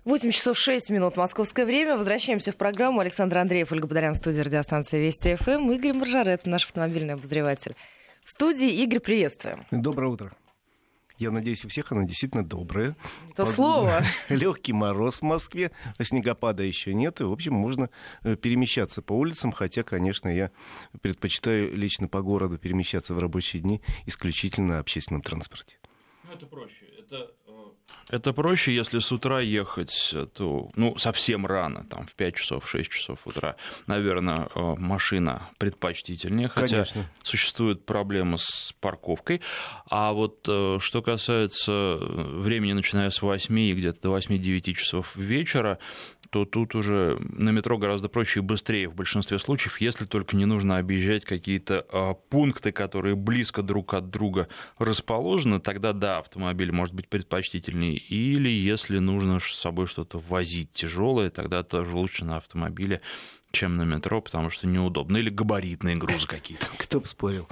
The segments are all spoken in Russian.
8 часов 6 минут московское время. Возвращаемся в программу. Александр Андреев, Ольга Бадарян, студия радиостанции Вести ФМ. Игорь Маржарет, наш автомобильный обозреватель. В студии. Игорь, приветствуем. Доброе утро. Я надеюсь, у всех оно действительно доброе. То слово. Легкий мороз в Москве, снегопада еще нет. И, в общем, можно перемещаться по улицам. Хотя, конечно, я предпочитаю лично по городу перемещаться в рабочие дни исключительно на общественном транспорте. Ну, это проще. Это проще, если с утра ехать, то совсем рано, там, в 5 часов, в 6 часов утра. Наверное, машина предпочтительнее, хотя Конечно. Существует проблема с парковкой. А вот что касается времени, начиная с 8 и где-то до 8-9 часов вечера, то тут уже на метро гораздо проще и быстрее в большинстве случаев, если только не нужно объезжать какие-то пункты, которые близко друг от друга расположены, тогда да, автомобиль может быть предпочтительнее. Или если нужно с собой что-то возить тяжелое, тогда тоже лучше на автомобиле, чем на метро, потому что неудобно. Или габаритные грузы какие-то. Кто бы спорил.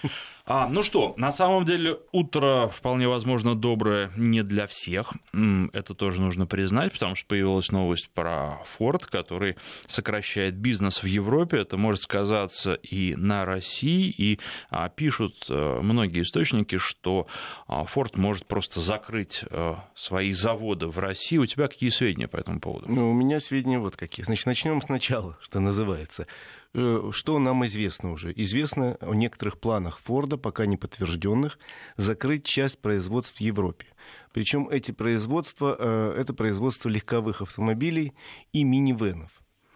Ну что, на самом деле утро вполне возможно доброе не для всех. Это тоже нужно признать, потому что появилась новость про Ford, который сокращает бизнес в Европе. Это может сказаться и на России. И пишут многие источники, что Ford может просто закрыть свои заводы в России. У тебя какие сведения по этому поводу? У меня сведения вот какие. Значит, начнем сначала, что называется. Что нам известно уже? Известно о некоторых планах Форда, пока не подтвержденных, закрыть часть производств в Европе. Причем эти производства, это производство легковых автомобилей и минивенов.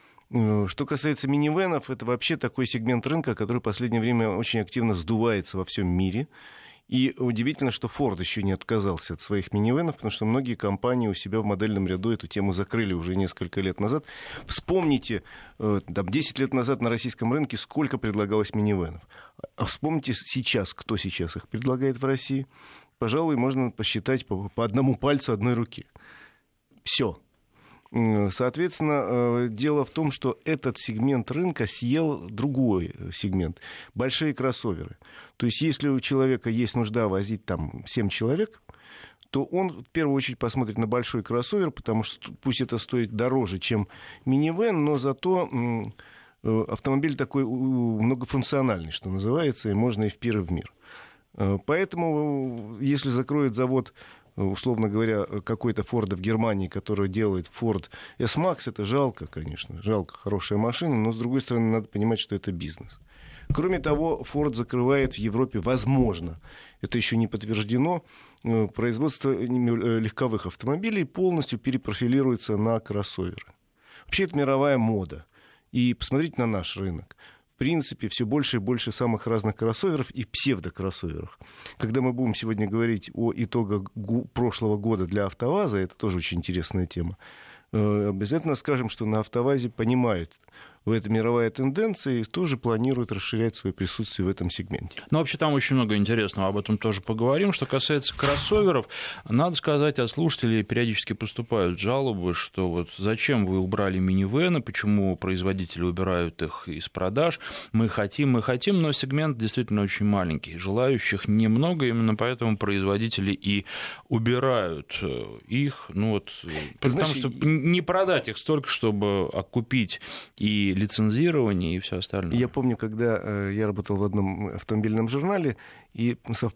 Что касается минивенов, это вообще такой сегмент рынка, который в последнее время очень активно сдувается во всем мире. И удивительно, что Ford еще не отказался от своих минивенов, потому что многие компании у себя в модельном ряду эту тему закрыли уже несколько лет назад. Вспомните, 10 лет назад на российском рынке сколько предлагалось минивенов. А вспомните сейчас, кто сейчас их предлагает в России. Пожалуй, можно посчитать по одному пальцу одной руки. Все. Соответственно, дело в том, что этот сегмент рынка съел другой сегмент. Большие кроссоверы. То есть, если у человека есть нужда возить там 7 человек, то он в первую очередь посмотрит на большой кроссовер, потому что пусть это стоит дороже, чем минивэн, но зато автомобиль такой многофункциональный, что называется, и можно и в пир, и в мир. Поэтому, если закроет завод, условно говоря, какой-то Форда в Германии, который делает Ford S-Max, это жалко, конечно, жалко, хорошая машина, но, с другой стороны, надо понимать, что это бизнес. Кроме того, Ford закрывает в Европе, возможно, это еще не подтверждено, производство легковых автомобилей полностью перепрофилируется на кроссоверы. Вообще, это мировая мода. И посмотрите на наш рынок. В принципе, все больше и больше самых разных кроссоверов и псевдокроссоверов. Когда мы будем сегодня говорить о итогах прошлого года для АвтоВАЗа, это тоже очень интересная тема, обязательно скажем, что на АвтоВАЗе понимают, это мировая тенденция, и тоже планирует расширять свое присутствие в этом сегменте. Ну, вообще, там очень много интересного, об этом тоже поговорим. Что касается кроссоверов, надо сказать, от слушателей периодически поступают жалобы, что вот зачем вы убрали минивэны, почему производители убирают их из продаж. Мы хотим, но сегмент действительно очень маленький. Желающих немного, именно поэтому производители и убирают их. Потому что не продать их столько, чтобы окупить и лицензирование, и все остальное. Я помню, когда я работал в одном автомобильном журнале, и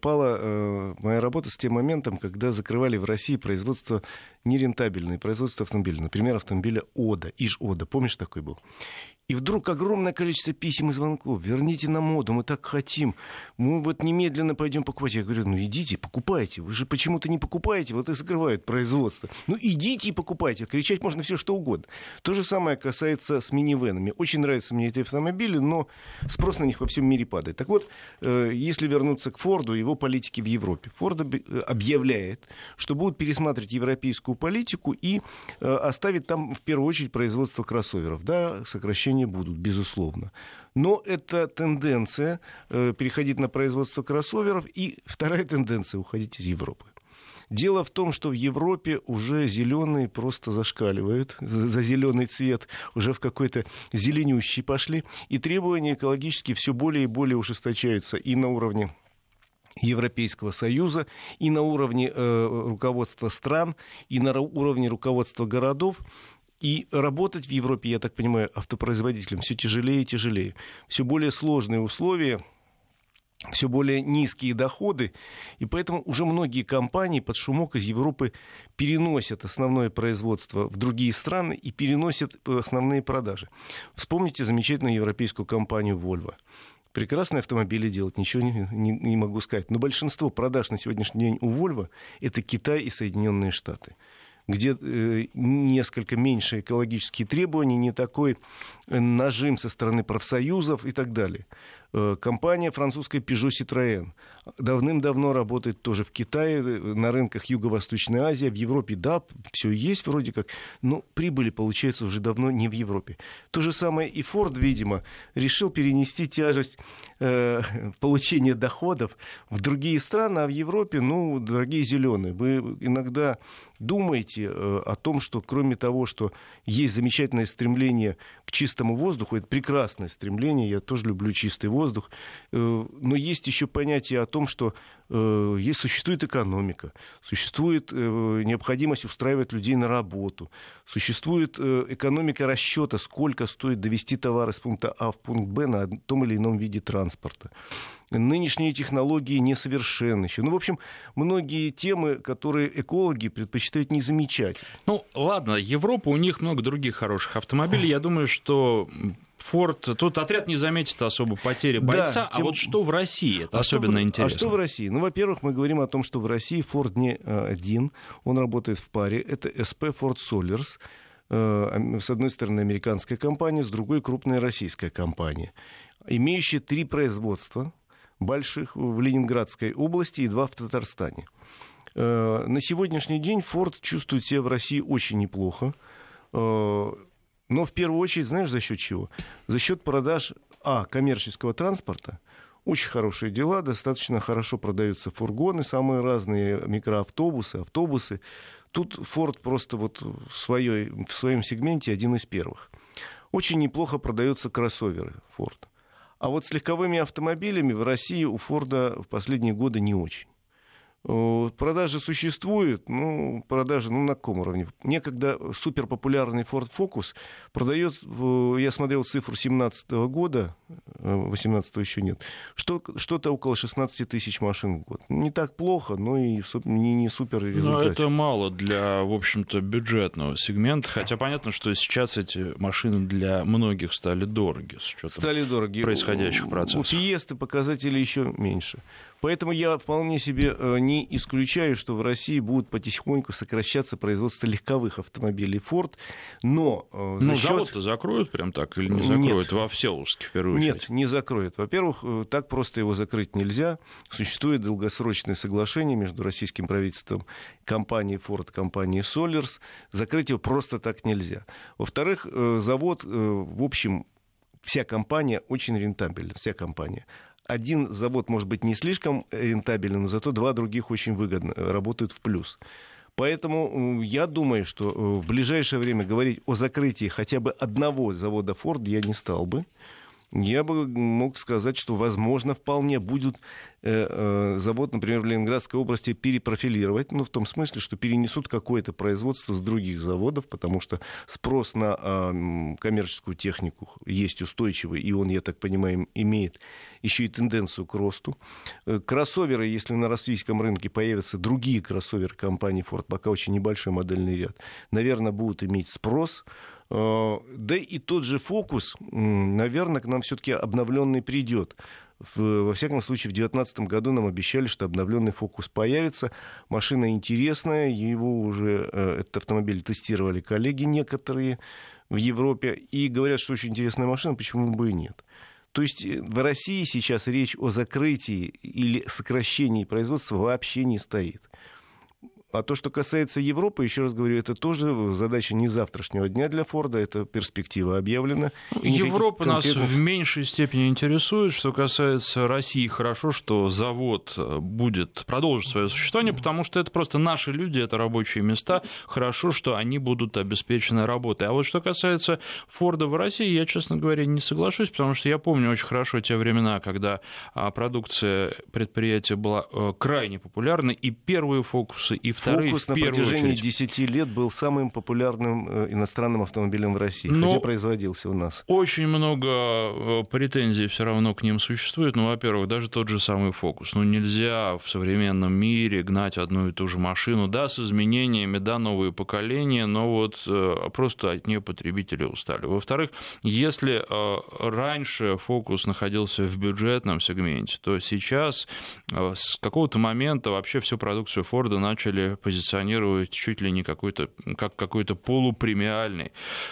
совпала моя работа с тем моментом, когда закрывали в России производство нерентабельное, производство автомобиля. Например, автомобиля Ода, Иж-Ода. Помнишь, такой был? И вдруг огромное количество писем и звонков. Верните нам моду, мы так хотим. Мы вот немедленно пойдем покупать. Я говорю, идите, покупайте. Вы же почему-то не покупаете, вот и закрывают производство. Идите и покупайте. Кричать можно все что угодно. То же самое касается с минивэнами. Очень нравятся мне эти автомобили, но спрос на них во всем мире падает. Так вот, если вернуться к Форду и его политике в Европе. Форд объявляет, что будут пересматривать европейскую политику и оставить там в первую очередь производство кроссоверов. Да, сокращение будут, безусловно. Но это тенденция переходить на производство кроссоверов, и вторая тенденция — уходить из Европы. Дело в том, что в Европе уже зеленые просто зашкаливают за зеленый цвет, уже в какой-то зеленющий пошли, и требования экологические все более и более ужесточаются и на уровне Европейского Союза и на уровне руководства стран, и на уровне руководства городов. И работать в Европе, я так понимаю, автопроизводителям все тяжелее и тяжелее. Все более сложные условия, все более низкие доходы. И поэтому уже многие компании под шумок из Европы переносят основное производство в другие страны и переносят основные продажи. Вспомните замечательную европейскую компанию Volvo. Прекрасные автомобили делать, ничего не могу сказать. Но большинство продаж на сегодняшний день у Volvo — это Китай и Соединенные Штаты, где несколько меньше экологические требования, не такой нажим со стороны профсоюзов и так далее. Компания французская Peugeot Citroën давным-давно работает тоже в Китае, на рынках Юго-Восточной Азии, в Европе, да, все есть вроде как, но прибыли, получается, уже давно не в Европе. То же самое и Ford, видимо, решил перенести тяжесть получения доходов в другие страны, а в Европе, ну, дорогие зеленые, вы иногда думаете о том, что кроме того, что есть замечательное стремление к чистому воздуху, это прекрасное стремление, я тоже люблю чистый воздух, но есть еще понятие о том, что существует экономика, существует необходимость устраивать людей на работу, существует экономика расчета, сколько стоит довести товар из пункта А в пункт Б на том или ином виде транспорта. Нынешние технологии несовершенны еще. Ну, в общем, многие темы, которые экологи предпочитают не замечать. Ну, ладно, Европа, у них много других хороших автомобилей. Я думаю, что Ford, тут отряд не заметит особо потери бойца, а вот что в России, это особенно интересно. А что в России? Ну, во-первых, мы говорим о том, что в России Ford не один, он работает в паре, это SP Ford Solers, с одной стороны американская компания, с другой крупная российская компания, имеющая 3 производства больших в Ленинградской области и 2 в Татарстане. На сегодняшний день Ford чувствует себя в России очень неплохо. Но в первую очередь, знаешь, за счет чего? За счет продаж коммерческого транспорта. Очень хорошие дела, достаточно хорошо продаются фургоны, самые разные микроавтобусы, автобусы. Тут Ford просто вот в своем сегменте один из первых. Очень неплохо продаются кроссоверы Ford. А вот с легковыми автомобилями в России у Форда в последние годы не очень. Продажи существуют, продажи на каком уровне? Некогда суперпопулярный Ford Focus продает, я смотрел цифру 2017 года, 2018 еще нет, что-то около 16 тысяч машин в год. Не так плохо, но и не супер результат. Но это мало для, в общем-то, бюджетного сегмента, хотя понятно, что сейчас эти машины для многих стали дороги с учетом происходящих процессов. У Фиесты показатели еще меньше. Поэтому я вполне себе не исключаю, что в России будут потихоньку сокращаться производство легковых автомобилей Ford, но завод-то закроют прям так или не закроют? Нет. Во Всеволожске в первую очередь? Нет, не закроют. Во-первых, так просто его закрыть нельзя. Существует долгосрочное соглашение между российским правительством, компанией Ford, компанией Solers. Закрыть его просто так нельзя. Во-вторых, завод, в общем, вся компания очень рентабельна, вся компания. Один завод может быть не слишком рентабельный, но зато 2 других очень выгодно, работают в плюс. Поэтому я думаю, что в ближайшее время говорить о закрытии хотя бы одного завода Ford я не стал бы. Я бы мог сказать, что, возможно, вполне будут завод, например, в Ленинградской области перепрофилировать, в том смысле, что перенесут какое-то производство с других заводов, потому что спрос на коммерческую технику есть устойчивый, и он, я так понимаю, имеет еще и тенденцию к росту. Кроссоверы, если на российском рынке появятся другие кроссоверы компании Ford, пока очень небольшой модельный ряд, наверное, будут иметь спрос. Да и тот же Фокус, наверное, к нам все-таки обновленный придет. Во всяком случае, в 2019 году нам обещали, что обновленный Фокус появится. Машина интересная, его уже, этот автомобиль тестировали коллеги некоторые в Европе. И говорят, что очень интересная машина, почему бы и нет. То есть в России сейчас речь о закрытии или сокращении производства вообще не стоит. А то, что касается Европы, еще раз говорю, это тоже задача не завтрашнего дня для Форда, это перспектива объявлена. Европа нас в меньшей степени интересует. Что касается России, хорошо, что завод будет продолжить свое существование, потому что это просто наши люди, это рабочие места. Хорошо, что они будут обеспечены работой. А вот что касается Форда в России, я, честно говоря, не соглашусь, потому что я помню очень хорошо те времена, когда продукция предприятия была крайне популярна, и первые фокусы, и вторые Фокус в первую на протяжении очередь. 10 лет был самым популярным иностранным автомобилем в России, хотя производился у нас. Очень много претензий все равно к ним существует. Ну, во-первых, даже тот же самый Фокус. Ну, нельзя в современном мире гнать одну и ту же машину, да, с изменениями, да, новые поколения, но вот просто от нее потребители устали. Во-вторых, если раньше Фокус находился в бюджетном сегменте, то сейчас с какого-то момента вообще всю продукцию Форда начали позиционировать чуть ли не как какой-то полупремиальный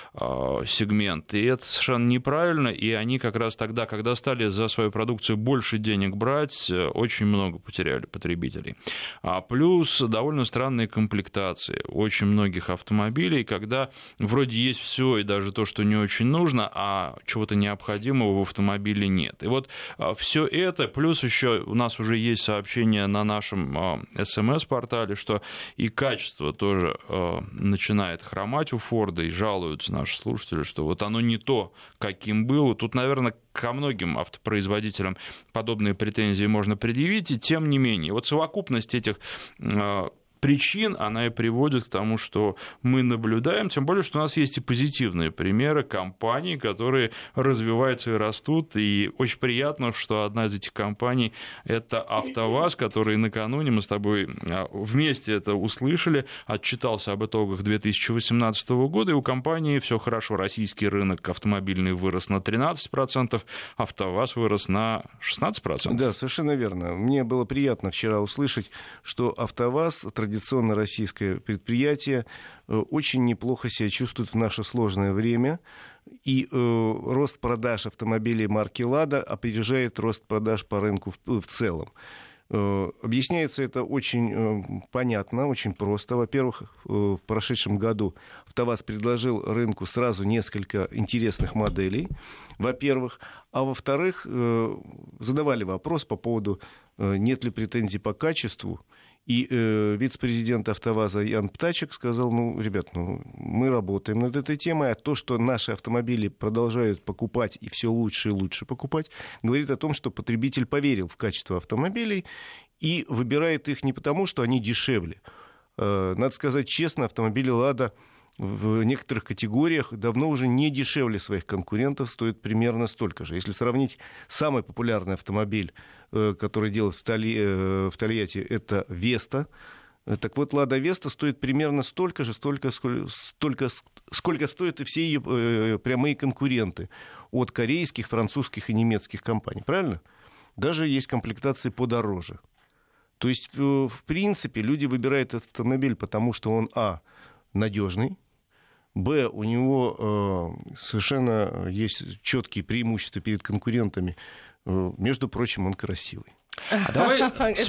сегмент. И это совершенно неправильно, и они как раз тогда, когда стали за свою продукцию больше денег брать, очень много потеряли потребителей. Плюс довольно странные комплектации очень многих автомобилей, когда вроде есть все и даже то, что не очень нужно, а чего-то необходимого в автомобиле нет. И вот все это, плюс еще у нас уже есть сообщение на нашем СМС-портале, что и качество тоже начинает хромать у Форда, и жалуются наши слушатели, что вот оно не то, каким было. Тут, наверное, ко многим автопроизводителям подобные претензии можно предъявить, и тем не менее, вот совокупность этих причин, она и приводит к тому, что мы наблюдаем, тем более, что у нас есть и позитивные примеры компаний, которые развиваются и растут, и очень приятно, что одна из этих компаний – это АвтоВАЗ, который накануне, мы с тобой вместе это услышали, отчитался об итогах 2018 года, и у компании все хорошо, российский рынок автомобильный вырос на 13%, АвтоВАЗ вырос на 16%. Да, совершенно верно. Мне было приятно вчера услышать, что АвтоВАЗ, традиционно российское предприятие, очень неплохо себя чувствует в наше сложное время, и рост продаж автомобилей марки «Лада» опережает рост продаж по рынку в целом. Объясняется это очень понятно, очень просто. Во-первых, в прошедшем году АвтоВАЗ предложил рынку сразу несколько интересных моделей, во-первых. А во-вторых, задавали вопрос по поводу, нет ли претензий по качеству. И вице-президент АвтоВАЗа Ян Птачек сказал, ребят, мы работаем над этой темой, а то, что наши автомобили продолжают покупать и все лучше и лучше покупать, говорит о том, что потребитель поверил в качество автомобилей и выбирает их не потому, что они дешевле. Надо сказать честно, автомобили «Лада» в некоторых категориях давно уже не дешевле своих конкурентов, стоит примерно столько же. Если сравнить самый популярный автомобиль, который делают в Тольятти, это «Веста». Так вот, «Лада Веста» стоит примерно столько же, сколько стоят и все ее прямые конкуренты от корейских, французских и немецких компаний. Правильно? Даже есть комплектации подороже. То есть, в принципе, люди выбирают этот автомобиль, потому что он, надежный, б, у него совершенно есть четкие преимущества перед конкурентами, между прочим, он красивый. А давай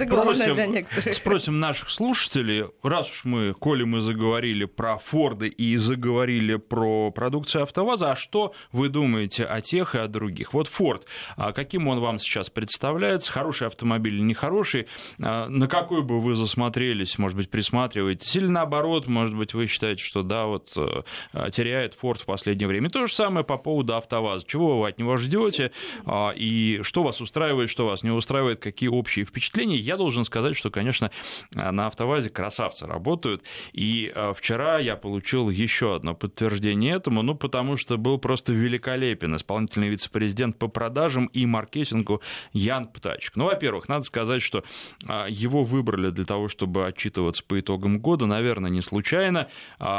спросим наших слушателей, раз уж коли мы заговорили про Форды и заговорили про продукцию АвтоВАЗа, а что вы думаете о тех и о других? Вот Форд, каким он вам сейчас представляется, хороший автомобиль или нехороший, на какой бы вы засмотрелись, может быть, присматриваетесь, или наоборот, может быть, вы считаете, что да, вот теряет Форд в последнее время. И то же самое по поводу АвтоВАЗа. Чего вы от него ждете, и что вас устраивает, что вас не устраивает, какие общие впечатления. Я должен сказать, что, конечно, на АвтоВАЗе красавцы работают. И вчера я получил еще одно подтверждение этому, потому что был просто великолепен исполнительный вице-президент по продажам и маркетингу Ян Птачек. Во-первых, надо сказать, что его выбрали для того, чтобы отчитываться по итогам года, наверное, не случайно.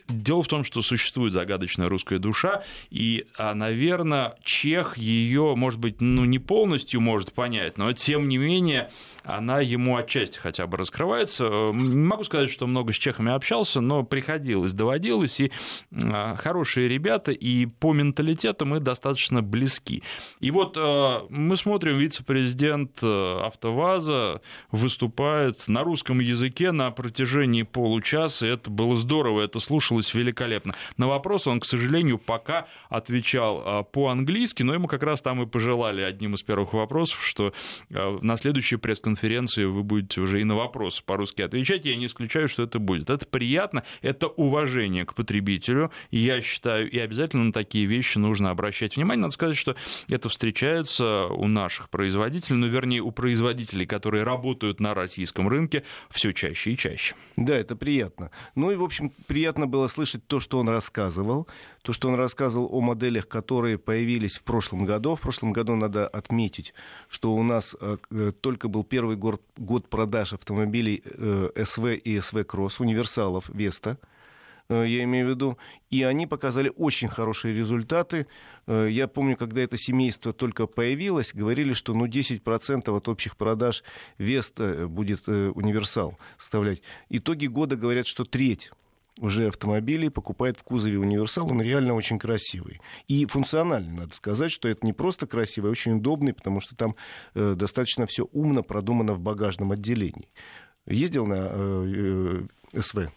Дело в том, что существует загадочная русская душа, и, наверное, чех ее, может быть, не полностью может понять, но, тем не менее, она ему отчасти хотя бы раскрывается. Не могу сказать, что много с чехами общался, но приходилось, доводилось, и хорошие ребята, и по менталитету мы достаточно близки. И вот мы смотрим, вице-президент АвтоВАЗа выступает на русском языке на протяжении получаса, это было здорово, это слушалось великолепно. На вопросы он, к сожалению, пока отвечал по-английски, но ему как раз там и пожелали одним из первых вопросов, что на следующей пресс-конференции вы будете уже и на вопросы по-русски отвечать, я не исключаю, что это будет. Это приятно, это уважение к потребителю, я считаю, и обязательно на такие вещи нужно обращать внимание. Надо сказать, что это встречается у наших производителей, вернее, у производителей, которые работают на российском рынке, все чаще и чаще. Да, это приятно. Ну и, в общем, приятно было слышать то, что он рассказывал. То, что он рассказывал о моделях, которые появились в прошлом году. В прошлом году надо отметить, что у нас только был первый год продаж автомобилей СВ и СВ Кросс, универсалов Веста, я имею в виду, и они показали очень хорошие результаты. Я помню, когда это семейство только появилось, говорили, что 10% от общих продаж Веста будет универсал составлять. Итоги года говорят, что треть уже автомобилей покупает в кузове универсал, он реально очень красивый. И функциональный, надо сказать, что это не просто красивый, а очень удобный, потому что там достаточно все умно продумано в багажном отделении. Ездил на СВ?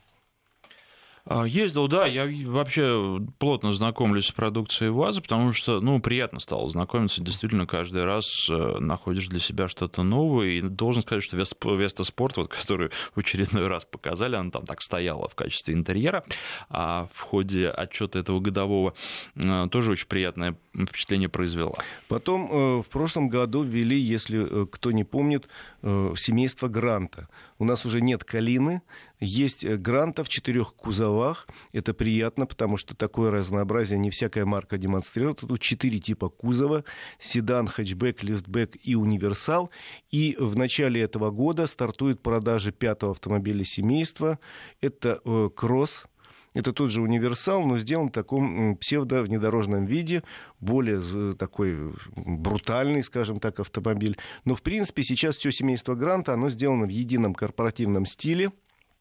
Ездил, да, я вообще плотно знакомлюсь с продукцией ВАЗа, потому что, приятно стало знакомиться, действительно, каждый раз находишь для себя что-то новое, и должен сказать, что Веста Спорт, которую в очередной раз показали, она там так стояла в качестве интерьера, а в ходе отчета этого годового тоже очень приятное впечатление произвела. Потом в прошлом году ввели, если кто не помнит, семейство Гранта. У нас уже нет Калины, есть Гранта в 4 кузовах. Это приятно, потому что такое разнообразие не всякая марка демонстрирует. Тут 4 типа кузова: седан, хэтчбэк, лифтбэк и универсал. И в начале этого года стартует продажа 5-го автомобиля семейства. Это Кросс. Это тот же универсал, но сделан в таком псевдо-внедорожном виде, более такой брутальный, скажем так, автомобиль. Но, в принципе, сейчас все семейство Гранта, оно сделано в едином корпоративном стиле,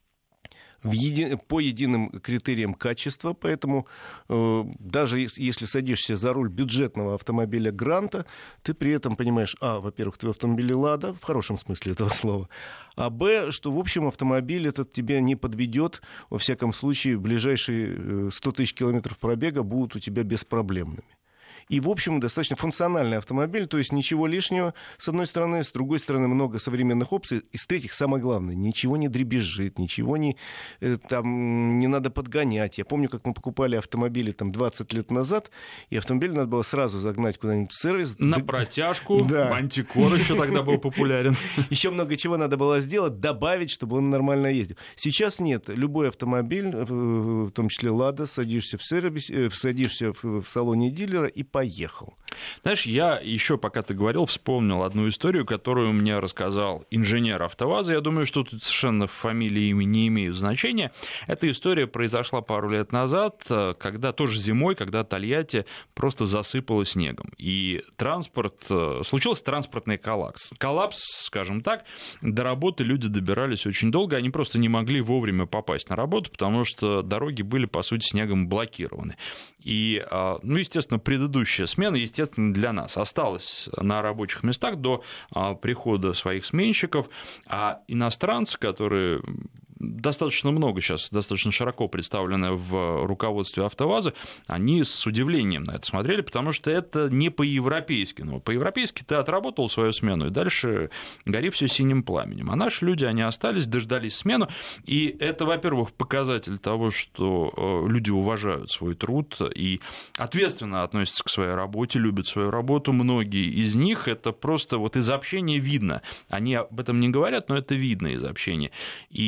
по единым критериям качества, поэтому даже если садишься за руль бюджетного автомобиля Гранта, ты при этом понимаешь, во-первых, твой автомобиль Лада, в хорошем смысле этого слова, а б, что, в общем, автомобиль этот тебя не подведет, во всяком случае, ближайшие 100 тысяч километров пробега будут у тебя беспроблемными. И, в общем, достаточно функциональный автомобиль, то есть ничего лишнего, с одной стороны, с другой стороны, много современных опций, и, с-третьих, самое главное, ничего не дребезжит, ничего не надо подгонять. Я помню, как мы покупали автомобили 20 лет назад, и автомобиль надо было сразу загнать куда-нибудь в сервис. На протяжку, да. Антикор еще тогда был популярен. Еще много чего надо было сделать, добавить, чтобы он нормально ездил. Сейчас нет. Любой автомобиль, в том числе Лада, садишься в сервис, садишься в салоне дилера и поехал. Знаешь, я еще, пока ты говорил, вспомнил одну историю, которую мне рассказал инженер АвтоВАЗа. Я думаю, что тут совершенно фамилии и имя не имеют значения. Эта история произошла пару лет назад, когда тоже зимой, когда Тольятти просто засыпало снегом. И случился транспортный коллапс. Скажем так, до работы люди добирались очень долго, они просто не могли вовремя попасть на работу, потому что дороги были, по сути, снегом блокированы. И, естественно, предыдущая смена, естественно, для нас осталась на рабочих местах до прихода своих сменщиков, а иностранцы, которые достаточно много сейчас, достаточно широко представлены в руководстве АвтоВАЗа, они с удивлением на это смотрели, потому что это не по-европейски. Но по-европейски ты отработал свою смену, и дальше гори все синим пламенем. А наши люди, они остались, дождались смену, и это, во-первых, показатель того, что люди уважают свой труд и ответственно относятся к своей работе, любят свою работу. Многие из них это просто из общения видно. Они об этом не говорят, но это видно из общения. И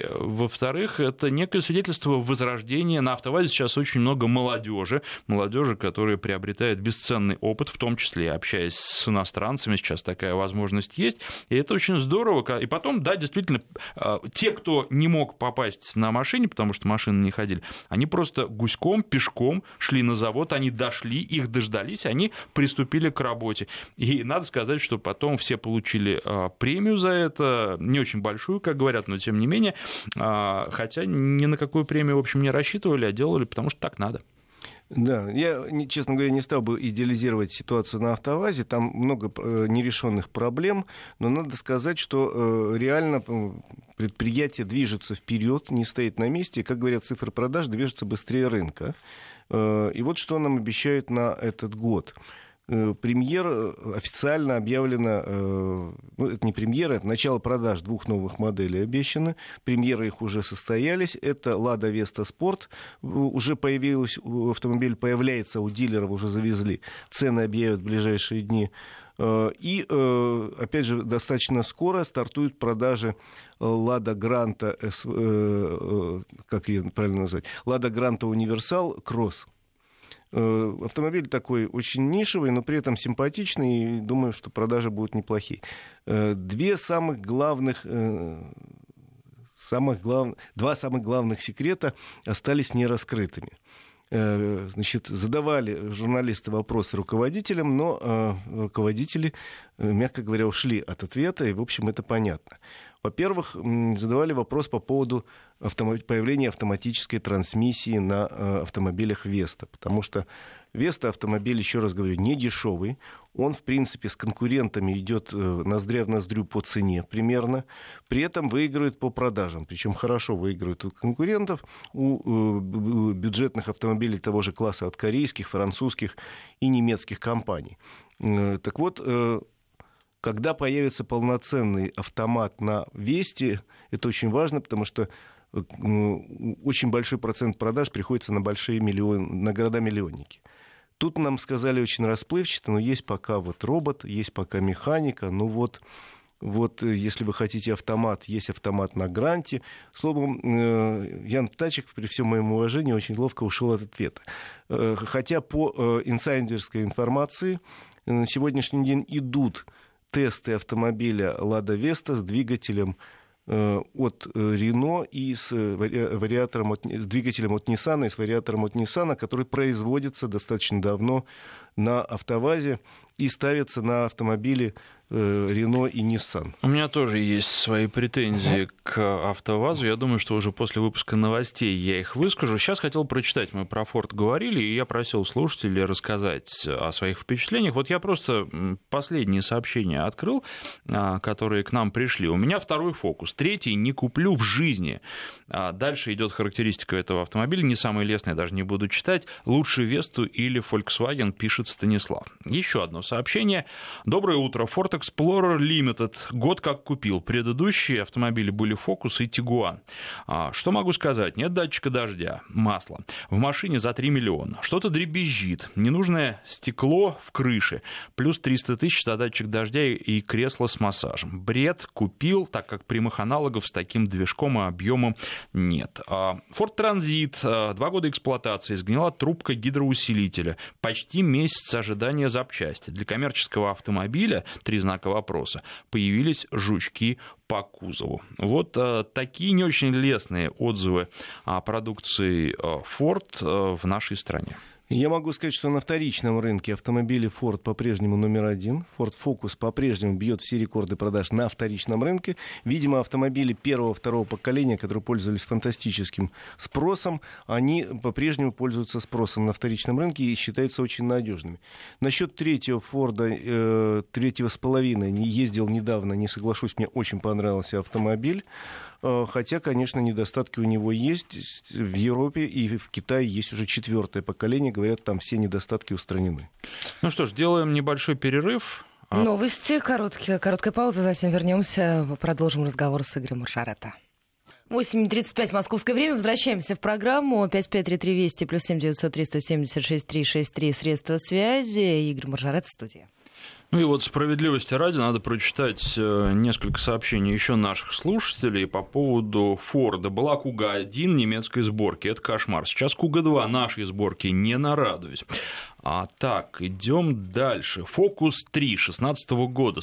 во-вторых, это некое свидетельство возрождения. На АвтоВАЗе сейчас очень много молодежи, которая приобретает бесценный опыт, в том числе общаясь с иностранцами, сейчас такая возможность есть, и это очень здорово. И потом, да, действительно, те, кто не мог попасть на машине, потому что машины не ходили, они просто гуськом, пешком шли на завод, они дошли, их дождались, они приступили к работе. И надо сказать, что потом все получили премию за это, не очень большую, как говорят, но тем не менее, хотя ни на какую премию, в общем, не рассчитывали, а делали, потому что так надо. Да, я, честно говоря, не стал бы идеализировать ситуацию на АвтоВАЗе, там много нерешенных проблем, но надо сказать, что реально предприятие движется вперед, не стоит на месте, и, как говорят, цифры продаж движется быстрее рынка. И вот что нам обещают на этот год. Премьера официально объявлена, это не премьера, это начало продаж 2 новых моделей обещаны. Премьеры их уже состоялись. Это Lada Vesta Sport. Уже появился, автомобиль появляется у дилеров, уже завезли. Цены объявят в ближайшие дни. И, опять же, достаточно скоро стартуют продажи Lada Granta, как ее правильно назвать, Lada Granta Universal Cross. Автомобиль такой очень нишевый, но при этом симпатичный, и думаю, что продажи будут неплохие. Два самых главных секрета остались нераскрытыми. Значит, задавали журналисты вопросы руководителям, но руководители, мягко говоря, ушли от ответа, и, в общем, это понятно. Во-первых, задавали вопрос по поводу появления автоматической трансмиссии на автомобилях Веста, потому что Веста автомобиль, еще раз говорю, не дешевый. Он, в принципе, с конкурентами идет ноздря в ноздрю по цене примерно. При этом выигрывает по продажам. Причем хорошо выигрывает у конкурентов, у бюджетных автомобилей того же класса от корейских, французских и немецких компаний. Так вот, когда появится полноценный автомат на Весте, это очень важно, потому что очень большой процент продаж приходится на большие на города-миллионники. Тут нам сказали очень расплывчато, но есть пока вот робот, есть пока механика, ну вот если вы хотите автомат, есть автомат на гранте. Словом, Ян Птачек, при всем моем уважении, очень ловко ушел от ответа. Хотя по инсайдерской информации на сегодняшний день идут тесты автомобиля Lada Vesta с двигателем от Renault и с двигателем от Nissan и с вариатором от Nissan, который производится достаточно давно на АвтоВАЗе и ставится на автомобили Renault и Nissan. У меня тоже есть свои претензии к АвтоВАЗу. Я думаю, что уже после выпуска новостей я их выскажу. Сейчас хотел прочитать, мы про Ford говорили, и я просил слушателей рассказать о своих впечатлениях. Вот я просто последние сообщения открыл, которые к нам пришли. У меня второй фокус. Третий не куплю в жизни. Дальше идет характеристика этого автомобиля, не самая лестная, даже не буду читать. Лучше Весту или Volkswagen, пишет Станислав. Еще одно сообщение. Доброе утро. Ford Explorer Limited. Год как купил. Предыдущие автомобили были Focus и Tiguan. Что могу сказать? Нет датчика дождя. Масло. В машине за 3 миллиона. Что-то дребезжит. Ненужное стекло в крыше. Плюс 300 тысяч за датчик дождя и кресло с массажем. Бред. Купил, так как прямых аналогов с таким движком и объемом нет. Ford Transit. 2 года эксплуатации. Сгнила трубка гидроусилителя. Почти месяц ожидания запчасти. Для коммерческого автомобиля 3 знака вопроса. Появились жучки по кузову. Вот такие не очень лестные отзывы о продукции Ford в нашей стране. Я могу сказать, что на вторичном рынке автомобили Ford по-прежнему номер один. Ford Focus по-прежнему бьет все рекорды продаж на вторичном рынке. Видимо, автомобили первого-второго поколения, которые пользовались фантастическим спросом, они по-прежнему пользуются спросом на вторичном рынке и считаются очень надежными. Насчет третьего Форда, 3,5, не ездил недавно, не соглашусь, мне очень понравился автомобиль. Хотя, конечно, недостатки у него есть. В Европе и в Китае есть уже 4-е поколение. Говорят, там все недостатки устранены. Ну что ж, делаем небольшой перерыв. Новости, короткая пауза, затем вернемся, продолжим разговор с Игорем Маржаретто. 8:35 московское время. Возвращаемся в программу. 553320 плюс 7 900 370 6363 средства связи. Игорь Маржаретто в студии. Ну и вот справедливости ради надо прочитать несколько сообщений еще наших слушателей по поводу Форда. Была Куга-1 немецкой сборки, это кошмар. Сейчас Куга-2 нашей сборки, не нарадуюсь. Так, идем дальше. Фокус-3 2016 года,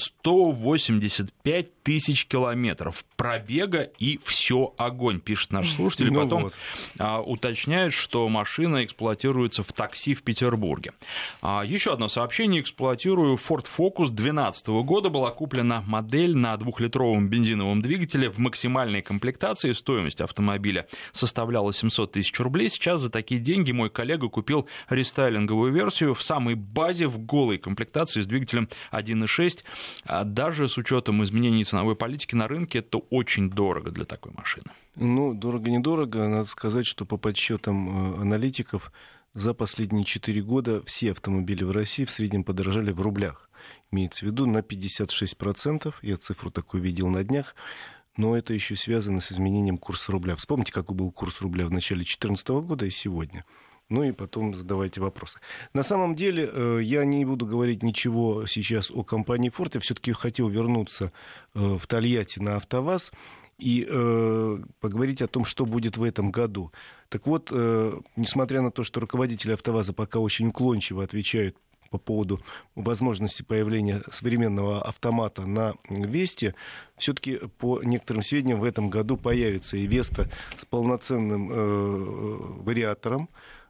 185 тысяч километров пробега и все огонь, пишет наш слушатель. Ну потом вот. Уточняет, что машина эксплуатируется в такси в Петербурге. Еще одно сообщение. Эксплуатирую Ford Focus 2012 года. Была куплена модель на 2-литровом бензиновом двигателе в максимальной комплектации. Стоимость автомобиля составляла 700 тысяч рублей. Сейчас за такие деньги мой коллега купил рестайлинговую версию в самой базе в голой комплектации с двигателем 1.6. Даже с учетом изменений ценовой политики на рынке это очень дорого для такой машины. Ну, дорого-недорого. Надо сказать, что по подсчетам аналитиков за последние 4 года все автомобили в России в среднем подорожали в рублях. Имеется в виду на 56%. Я цифру такую видел на днях. Но это еще связано с изменением курса рубля. Вспомните, какой был курс рубля в начале 2014 года и сегодня. Ну и потом задавайте вопросы. На самом деле, я не буду говорить ничего сейчас о компании Ford. Я все-таки хотел вернуться в Тольятти на АвтоВАЗ и поговорить о том, что будет в этом году. Так вот, несмотря на то, что руководители АвтоВАЗа пока очень уклончиво отвечают по поводу возможности появления современного автомата на Весте, все-таки по некоторым сведениям в этом году появится и Веста с полноценным вариатором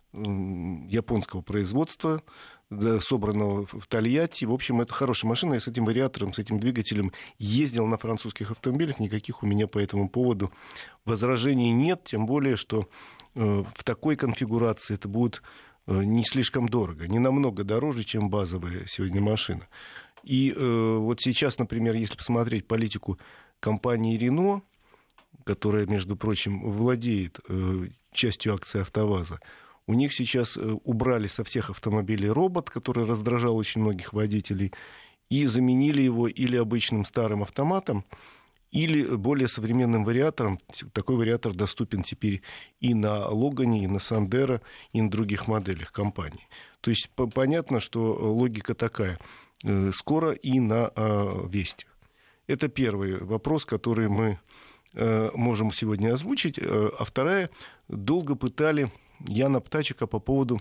японского производства, собранного в Тольятти. В общем, это хорошая машина. Я с этим вариатором, с этим двигателем ездил на французских автомобилях. Никаких у меня по этому поводу возражений нет. Тем более, что в такой конфигурации это будет не слишком дорого. Не намного дороже, чем базовая сегодня машина. И вот сейчас, например, если посмотреть политику компании Renault, которая, между прочим, владеет частью акций АвтоВАЗа, у них сейчас убрали со всех автомобилей робот, который раздражал очень многих водителей, и заменили его или обычным старым автоматом, или более современным вариатором. Такой вариатор доступен теперь и на Логане, и на Сандеро, и на других моделях компании. То есть понятно, что логика такая. Скоро и на Весте. Это первый вопрос, который мы можем сегодня озвучить. А вторая, долго пытали Яна Птачика по поводу,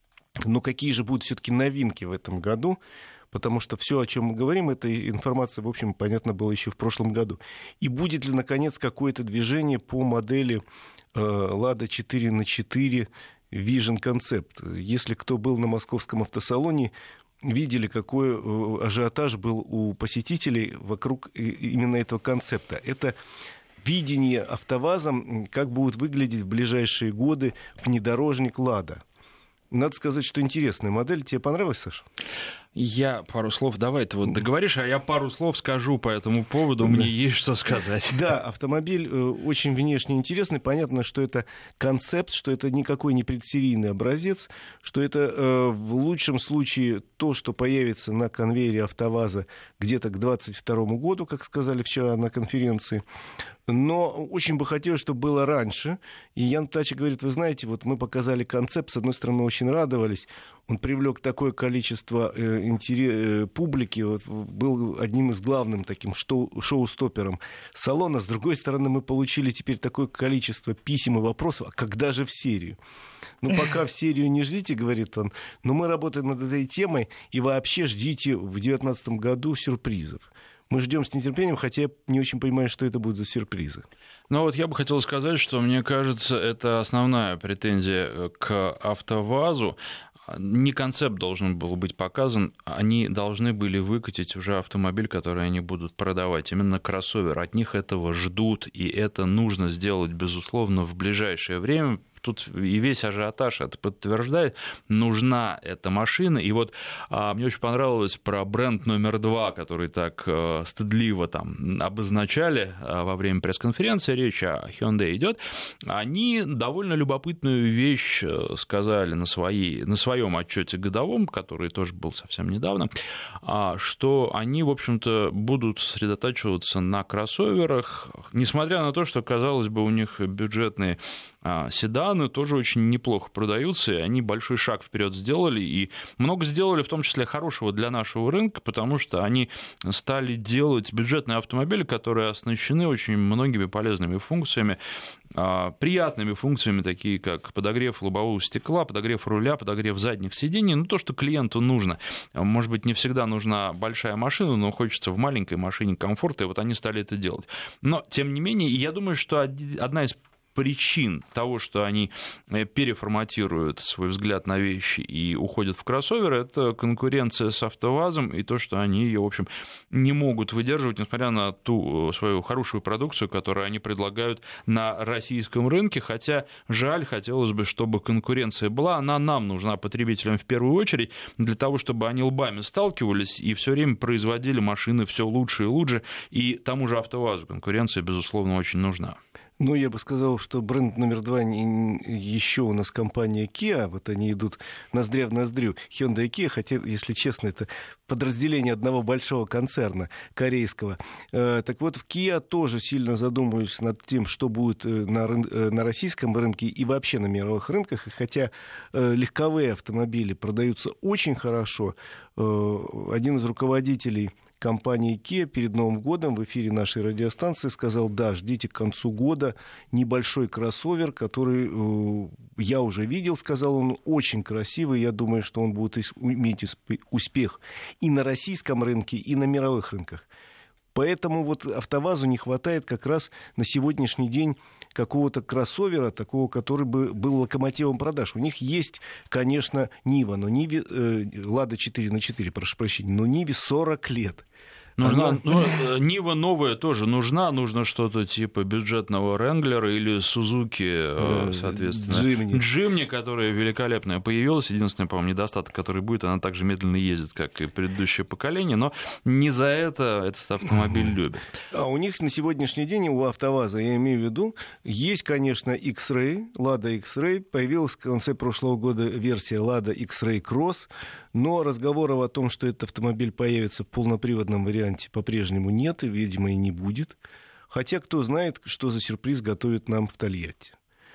какие же будут все-таки новинки в этом году, потому что все, о чем мы говорим, эта информация, в общем, понятно, была еще в прошлом году. И будет ли, наконец, какое-то движение по модели Lada 4x4 Vision Concept? Если кто был на московском автосалоне, видели, какой ажиотаж был у посетителей вокруг именно этого концепта. Это видение АвтоВАЗом, как будет выглядеть в ближайшие годы внедорожник «Лада». Надо сказать, что интересная модель. Тебе понравилась, Саша? Я пару слов, давай ты вот договоришь, а я пару слов скажу по этому поводу, мне есть что сказать. Да, автомобиль очень внешне интересный. Понятно, что это концепт, что это никакой не предсерийный образец, что это в лучшем случае то, что появится на конвейере АвтоВАЗа где-то к 2022 году, как сказали вчера на конференции. Но очень бы хотелось, чтобы было раньше. И Ян Птачик говорит, вы знаете, вот мы показали концепт, с одной стороны, мы очень радовались, он привлек такое количество публики, вот, был одним из главным таким шоу-стопером салона. С другой стороны, мы получили теперь такое количество писем и вопросов, а когда же в серию? Пока в серию не ждите, говорит он, но мы работаем над этой темой, и вообще ждите в 2019 году сюрпризов. Мы ждем с нетерпением, хотя я не очень понимаю, что это будут за сюрпризы. Ну вот я бы хотел сказать, что мне кажется, это основная претензия к АвтоВАЗу. Не концепт должен был быть показан, они должны были выкатить уже автомобиль, который они будут продавать, именно кроссовер. От них этого ждут, и это нужно сделать, безусловно, в ближайшее время. Тут и весь ажиотаж это подтверждает. Нужна эта машина. И вот мне очень понравилось про бренд номер 2, который так стыдливо там обозначали во время пресс-конференции. Речь о Hyundai идет. Они довольно любопытную вещь сказали на своем отчете годовом, который тоже был совсем недавно, что они, в общем-то, будут сосредотачиваться на кроссоверах, несмотря на то, что, казалось бы, у них бюджетные седаны тоже очень неплохо продаются, и они большой шаг вперед сделали, и много сделали, в том числе хорошего для нашего рынка, потому что они стали делать бюджетные автомобили, которые оснащены очень многими полезными функциями, приятными функциями, такие как подогрев лобового стекла, подогрев руля, подогрев задних сидений, то, что клиенту нужно. Может быть, не всегда нужна большая машина, но хочется в маленькой машине комфорта, и вот они стали это делать. Но, тем не менее, я думаю, что одна из причин того, что они переформатируют свой взгляд на вещи и уходят в кроссоверы, это конкуренция с АвтоВАЗом и то, что они ее, в общем, не могут выдерживать, несмотря на ту свою хорошую продукцию, которую они предлагают на российском рынке, хотя жаль, хотелось бы, чтобы конкуренция была, она нам нужна, потребителям, в первую очередь, для того, чтобы они лбами сталкивались и все время производили машины все лучше и лучше, и тому же АвтоВАЗу конкуренция, безусловно, очень нужна. Я бы сказал, что бренд номер 2 еще у нас компания Kia. Вот они идут ноздря в ноздрю. Hyundai и Kia, хотя, если честно, это подразделение одного большого концерна корейского. Так вот, в Kia тоже сильно задумываюсь над тем, что будет на российском рынке и вообще на мировых рынках. И хотя легковые автомобили продаются очень хорошо, один из руководителей компании Kia перед Новым годом в эфире нашей радиостанции сказал: да, ждите к концу года небольшой кроссовер, который я уже видел, сказал он, очень красивый, я думаю, что он будет иметь успех и на российском рынке, и на мировых рынках. Поэтому вот АвтоВАЗу не хватает как раз на сегодняшний день какого-то кроссовера, такого, который бы был локомотивом продаж. У них есть, конечно, Нива, но Ниве, Лада 4х4, прошу прощения, но Ниве 40 лет. Нужна, Нива новая тоже нужна, нужно что-то типа бюджетного Ренглера или Сузуки, соответственно. Джимни, которая великолепная появилась. Единственный, по-моему, недостаток, который будет, она также медленно ездит, как и предыдущее поколение, но не за это этот автомобиль любят. А у них на сегодняшний день, у АвтоВАЗа, я имею в виду, есть, конечно, X-Ray, Lada X-Ray, появилась в конце прошлого года версия Lada X-Ray Cross, но разговоров о том, что этот автомобиль появится в полноприводном варианте, по-прежнему нет и, видимо, и не будет. Хотя кто знает, что за сюрприз готовит нам в Тольятти.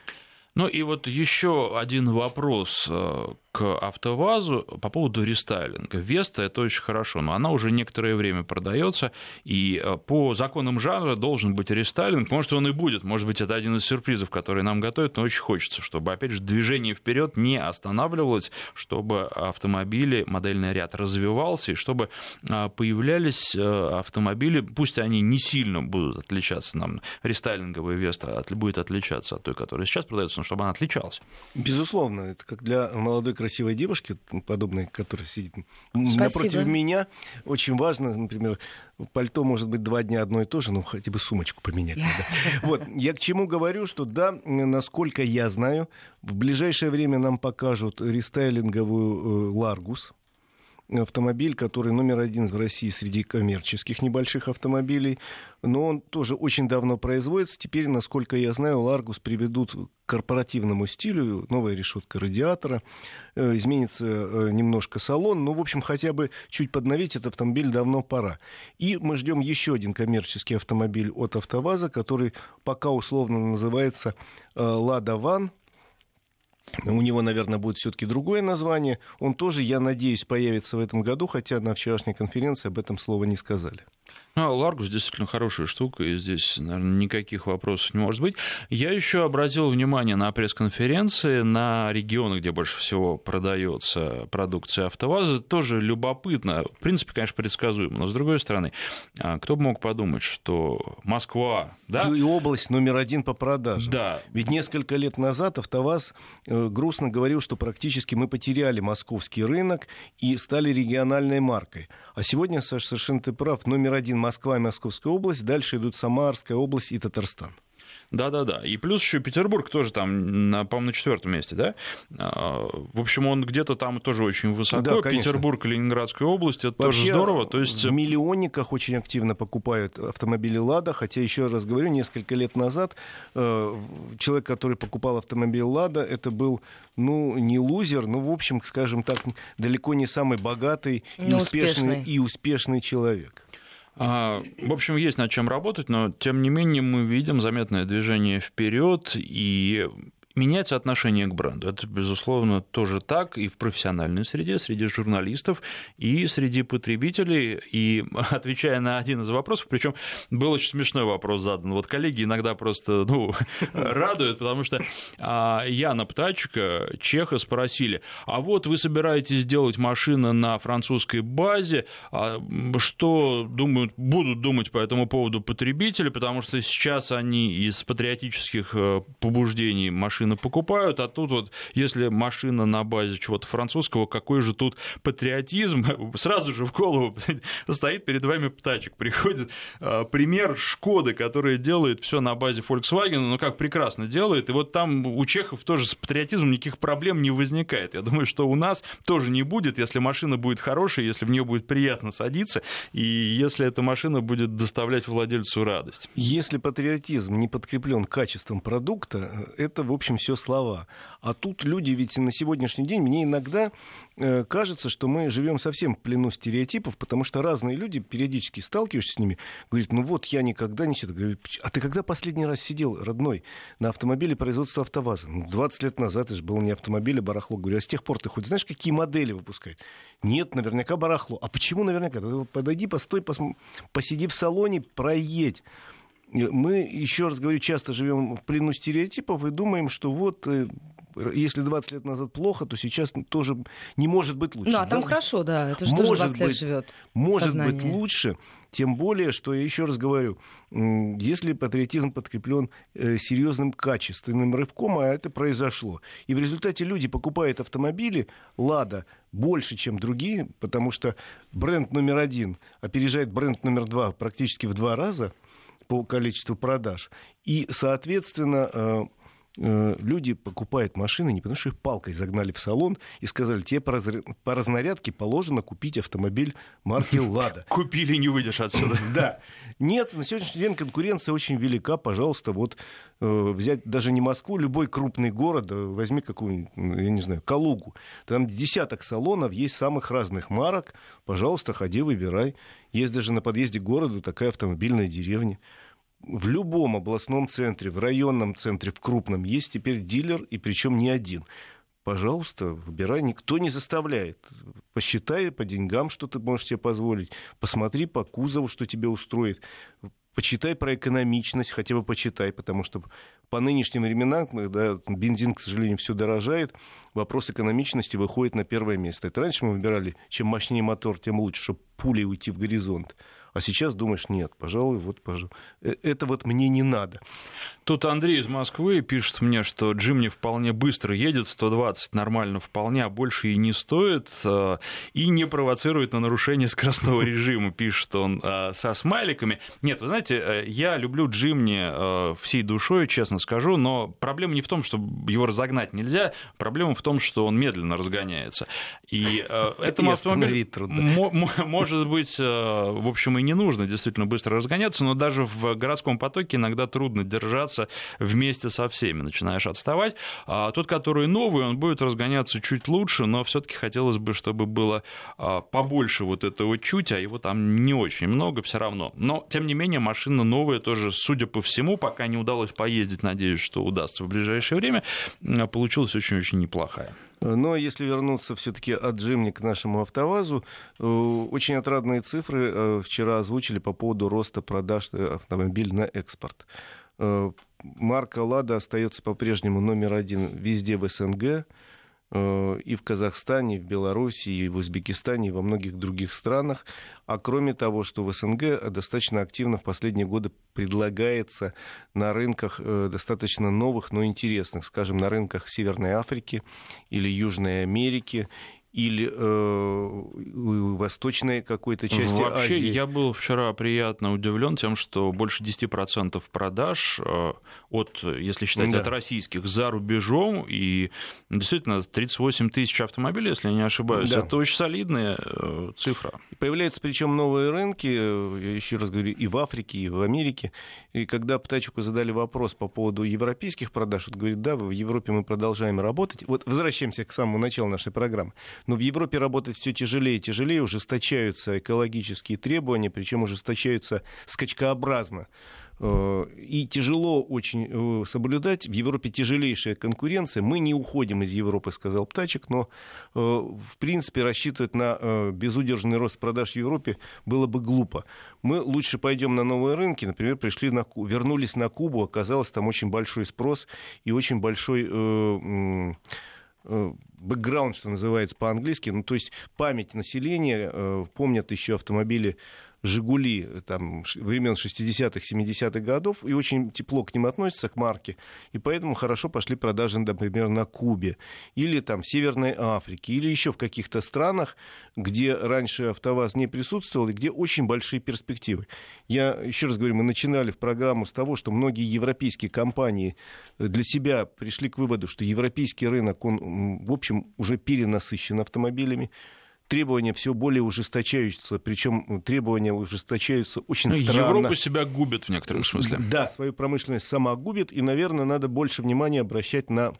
И вот еще один вопрос к АвтоВАЗу по поводу рестайлинга. Веста — это очень хорошо, но она уже некоторое время продается, и по законам жанра должен быть рестайлинг. Может, он и будет, может быть, это один из сюрпризов, которые нам готовят, но очень хочется, чтобы, опять же, движение вперед не останавливалось, чтобы автомобили, модельный ряд развивался, и чтобы появлялись автомобили, пусть они не сильно будут отличаться, нам рестайлинговая Веста будет отличаться от той, которая сейчас продается, но чтобы она отличалась. Безусловно, это как для молодой красивой девушки, подобной, которая сидит напротив меня, очень важно, например, пальто может быть 2 дня одно и то же, но хотя бы сумочку поменять надо. Вот, я к чему говорю, что да, насколько я знаю, в ближайшее время нам покажут рестайлинговую Ларгус, автомобиль, который номер 1 в России среди коммерческих небольших автомобилей, но он тоже очень давно производится. Теперь, насколько я знаю, Ларгус приведут к корпоративному стилю, новая решетка радиатора, изменится немножко салон, в общем, хотя бы чуть подновить этот автомобиль давно пора. И мы ждем еще один коммерческий автомобиль от АвтоВАЗа, который пока условно называется Lada Van. У него, наверное, будет все-таки другое название. Он тоже, я надеюсь, появится в этом году, хотя на вчерашней конференции об этом слова не сказали. Ларгус действительно хорошая штука, и здесь, наверное, никаких вопросов не может быть. Я еще обратил внимание на пресс-конференции, на регионы, где больше всего продается продукция АвтоВАЗа. Тоже любопытно, в принципе, конечно, предсказуемо, но с другой стороны, кто бы мог подумать, что Москва... Да? И область номер 1 по продажам. Да. Ведь несколько лет назад АвтоВАЗ грустно говорил, что практически мы потеряли московский рынок и стали региональной маркой. А сегодня, Саша, совершенно ты прав, номер 1 Москва и Московская область, дальше идут Самарская область и Татарстан. Да. И плюс еще Петербург тоже там, по-моему, на 4-м месте, да? В общем, он где-то там тоже очень высоко. Да, Петербург, Ленинградская область, это вообще тоже здорово. То есть... В миллионниках очень активно покупают автомобили «Лада», хотя, еще раз говорю, несколько лет назад человек, который покупал автомобиль «Лада», это был, не лузер, в общем, скажем так, далеко не самый богатый и успешный человек. В общем, есть над чем работать, но, тем не менее, мы видим заметное движение вперед, и меняется отношение к бренду. Это, безусловно, тоже так и в профессиональной среде, среди журналистов, и среди потребителей. И отвечая на один из вопросов, причем был очень смешной вопрос задан. Вот коллеги иногда просто радуют, потому что Яна Птачика, чеха, спросили: а вот вы собираетесь делать машины на французской базе, что будут думать по этому поводу потребители, потому что сейчас они из патриотических побуждений машины покупают, а тут вот, если машина на базе чего-то французского, какой же тут патриотизм? Сразу же в голову стоит перед вами Птачик, приходит пример Шкоды, которая делает все на базе Volkswagen, ну как прекрасно делает, и вот там у чехов тоже с патриотизмом никаких проблем не возникает. Я думаю, что у нас тоже не будет, если машина будет хорошая, если в нее будет приятно садиться, и если эта машина будет доставлять владельцу радость. Если патриотизм не подкреплен качеством продукта, это, в общем, все слова. А тут люди ведь на сегодняшний день, мне иногда кажется, что мы живем совсем в плену стереотипов, потому что разные люди, периодически сталкиваешься с ними, говорят: ну вот я никогда не сидел. Говорю: а ты когда последний раз сидел, родной, на автомобиле производства АвтоВАЗа? 20 лет назад это же было не автомобиль, а барахло. Говорю: а с тех пор ты хоть знаешь, какие модели выпускают? Нет, наверняка барахло. А почему наверняка? Подойди, постой, посиди в салоне, проедь. Мы, еще раз говорю, часто живем в плену стереотипов и думаем, что вот если 20 лет назад плохо, то сейчас тоже не может быть лучше. Ну, а там хорошо, да, это же тоже 20 лет живет. Может быть лучше, тем более, что, я еще раз говорю, если патриотизм подкреплен серьезным качественным рывком, а это произошло. И в результате люди покупают автомобили «Лада» больше, чем другие, потому что бренд номер 1 опережает бренд номер 2 практически в 2 раза по количеству продаж. И, соответственно, люди покупают машины не потому, что их палкой загнали в салон и сказали: тебе по разнарядке положено купить автомобиль марки «Лада». Купили, не выйдешь отсюда. Да. Нет, на сегодняшний день конкуренция очень велика. Пожалуйста, вот взять даже не Москву, любой крупный город, возьми какую-нибудь, я не знаю, Калугу. Там десяток салонов, есть самых разных марок. Пожалуйста, ходи, выбирай. Есть даже на подъезде к городу такая автомобильная деревня. В любом областном центре, в районном центре, в крупном есть теперь дилер, и причем не один. Пожалуйста, выбирай, никто не заставляет. Посчитай по деньгам, что ты можешь себе позволить. Посмотри по кузову, что тебе устроит. Почитай про экономичность, хотя бы почитай, потому что по нынешним временам, когда бензин, к сожалению, все дорожает, вопрос экономичности выходит на первое место. Это раньше мы выбирали, чем мощнее мотор, тем лучше, чтобы пулей уйти в горизонт. А сейчас думаешь: нет, пожалуй, это вот мне не надо. Тут Андрей из Москвы пишет мне, что Джимни вполне быстро едет, 120 нормально вполне, а больше и не стоит, и не провоцирует на нарушение скоростного режима, пишет он со смайликами. Нет, вы знаете, я люблю Джимни всей душой, честно скажу, но проблема не в том, что его разогнать нельзя, проблема в том, что он медленно разгоняется. И этому автомобилю, может быть, в общем, и не нужно действительно быстро разгоняться, но даже в городском потоке иногда трудно держаться вместе со всеми, начинаешь отставать. А тот, который новый, он будет разгоняться чуть лучше, но все-таки хотелось бы, чтобы было побольше вот этого чуть, а его там не очень много все равно. Но, тем не менее, машина новая тоже, судя по всему, пока не удалось поездить, надеюсь, что удастся в ближайшее время, получилась очень-очень неплохая. Но если вернуться все-таки от Джимни к нашему АвтоВАЗу, очень отрадные цифры вчера озвучили по поводу роста продаж автомобилей на экспорт. Марка «Лада» остается по-прежнему номер 1 везде в СНГ, и в Казахстане, и в Беларуси, и в Узбекистане, и во многих других странах. А кроме того, что в СНГ достаточно активно в последние годы предлагается на рынках достаточно новых, но интересных, скажем, на рынках Северной Африки или Южной Америки, или восточной какой-то части Вообще, Азии. Я был вчера приятно удивлен тем, что больше 10% продаж, если считать от российских, за рубежом, и действительно 38 тысяч автомобилей, если я не ошибаюсь, это очень солидная цифра. Появляются причем новые рынки, я еще раз говорю, и в Африке, и в Америке. И когда Птачику задали вопрос по поводу европейских продаж, он говорит: да, в Европе мы продолжаем работать. Вот возвращаемся к самому началу нашей программы. Но в Европе работать все тяжелее и тяжелее, ужесточаются экологические требования, причем ужесточаются скачкообразно. И тяжело очень соблюдать. В Европе тяжелейшая конкуренция. Мы не уходим из Европы, сказал Птачек, но, в принципе, рассчитывать на безудержный рост продаж в Европе было бы глупо. Мы лучше пойдем на новые рынки. Например, вернулись на Кубу. Оказалось, там очень большой спрос и очень большой бэкграунд, что называется по-английски. Ну, то есть память населения. Помнят еще автомобили «Жигули» там, времен 60-х, 70-х годов, и очень тепло к ним относятся, к марке, и поэтому хорошо пошли продажи, например, на Кубе, или там в Северной Африке, или еще в каких-то странах, где раньше АвтоВАЗ не присутствовал, и где очень большие перспективы. Я еще раз говорю, мы начинали в программу с того, что многие европейские компании для себя пришли к выводу, что европейский рынок, он, в общем, уже перенасыщен автомобилями. Требования все более ужесточаются, причем требования ужесточаются очень странно. Европа себя губит в некотором смысле. Да, свою промышленность сама губит, и, наверное, надо больше внимания обращать на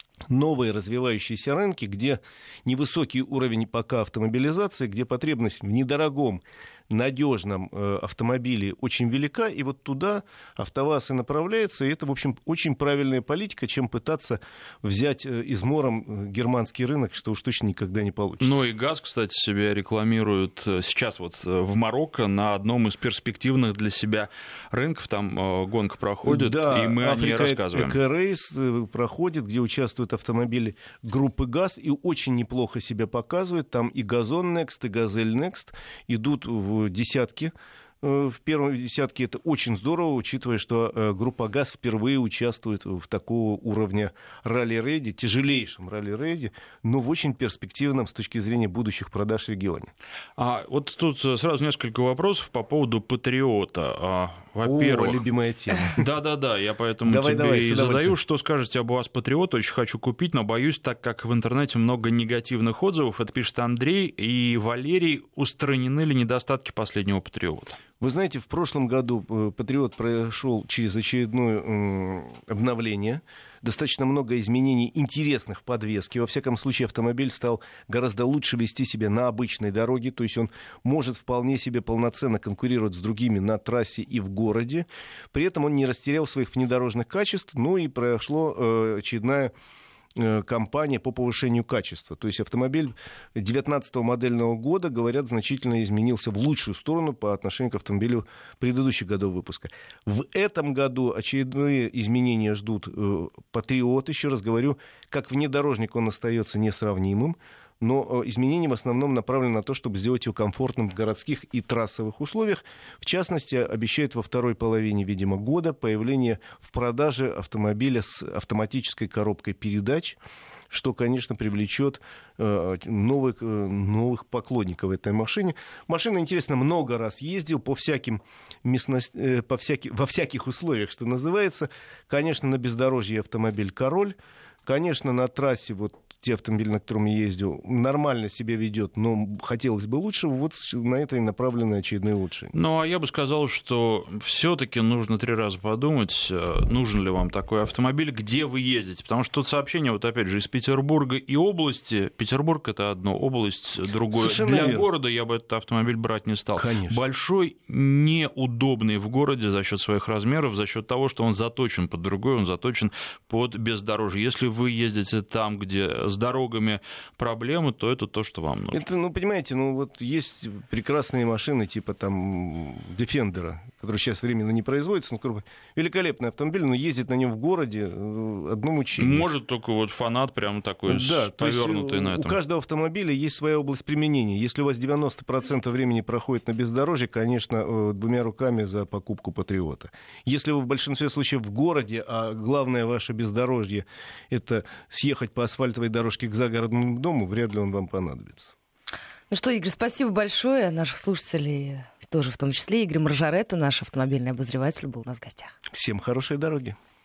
новые развивающиеся рынки, где невысокий уровень пока автомобилизации, где потребность в недорогом, надежном автомобиле очень велика, и вот туда АвтоВАЗ и направляется, и это, в общем, очень правильная политика, чем пытаться взять измором германский рынок, что уж точно никогда не получится. Ну и ГАЗ, кстати, себя рекламирует сейчас вот в Марокко на одном из перспективных для себя рынков, там гонка проходит, да, и мы о ней рассказываем. Экорейс проходит, где участвуют автомобили группы ГАЗ, и очень неплохо себя показывают, там и Газон Next, и Газель Next идут в десятки. В первом десятке это очень здорово, учитывая, что группа ГАЗ впервые участвует в такого уровня ралли-рейде, тяжелейшем ралли-рейде, но в очень перспективном с точки зрения будущих продаж в регионе. Вот тут сразу несколько вопросов по поводу «Патриота». Во-первых, любимая тема. Да, я поэтому тебе и задаю. Что скажете об УАЗ-Патриот? Очень хочу купить, но боюсь, так как в интернете много негативных отзывов. Это пишет Андрей и Валерий. Устранены ли недостатки последнего «Патриота»? Вы знаете, в прошлом году «Патриот» прошел через очередное обновление. Достаточно много изменений интересных в подвеске. Во всяком случае, автомобиль стал гораздо лучше вести себя на обычной дороге. То есть он может вполне себе полноценно конкурировать с другими на трассе и в городе. При этом он не растерял своих внедорожных качеств. Ну и прошло очередная кампания по повышению качества. То есть автомобиль 19-го модельного года, говорят, значительно изменился в лучшую сторону по отношению к автомобилю предыдущих годов выпуска. В этом году очередные изменения ждут «Патриот». Еще раз говорю, как внедорожник он остается несравнимым, но изменения в основном направлены на то, чтобы сделать его комфортным в городских и трассовых условиях. В частности, обещают во второй половине, видимо, года появление в продаже автомобиля с автоматической коробкой передач, что, конечно, привлечет новых поклонников этой машине. Машина, интересно, много раз ездил по всяким во всяких условиях, что называется. Конечно, на бездорожье автомобиль «Король». Конечно, на трассе вот те автомобили, на котором я ездил, нормально себя ведет, но хотелось бы лучше. Вот на это и направлены очередные улучшения. Ну, а я бы сказал, что все-таки нужно 3 раза подумать, нужен ли вам такой автомобиль, где вы ездите. Потому что тут сообщение, вот опять же, из Петербурга и области. Петербург — это одно, область — другое. Совершенно Для верно. Города я бы этот автомобиль брать не стал. Конечно. Большой, неудобный в городе за счет своих размеров, за счет того, что он заточен под другой, он заточен под бездорожье. Если вы ездите там, где с дорогами проблемы, то это то, что вам нужно. Это, понимаете, вот есть прекрасные машины типа там Defender, которые сейчас временно не производятся, великолепный автомобиль, но ездит на нем в городе одно мучение. Может только вот фанат прям такой, да, повернутый на этом. У каждого автомобиля есть своя область применения. Если у вас 90% времени проходит на бездорожье, конечно, 2 руками за покупку «Патриота». Если вы в большинстве случаев в городе, а главное ваше бездорожье — это съехать по асфальтовой дорожке к загородному дому, вряд ли он вам понадобится. Ну что, Игорь, спасибо большое. Наших слушателей тоже в том числе. Игорь Маржаретта, наш автомобильный обозреватель, был у нас в гостях. Всем хорошей дороги.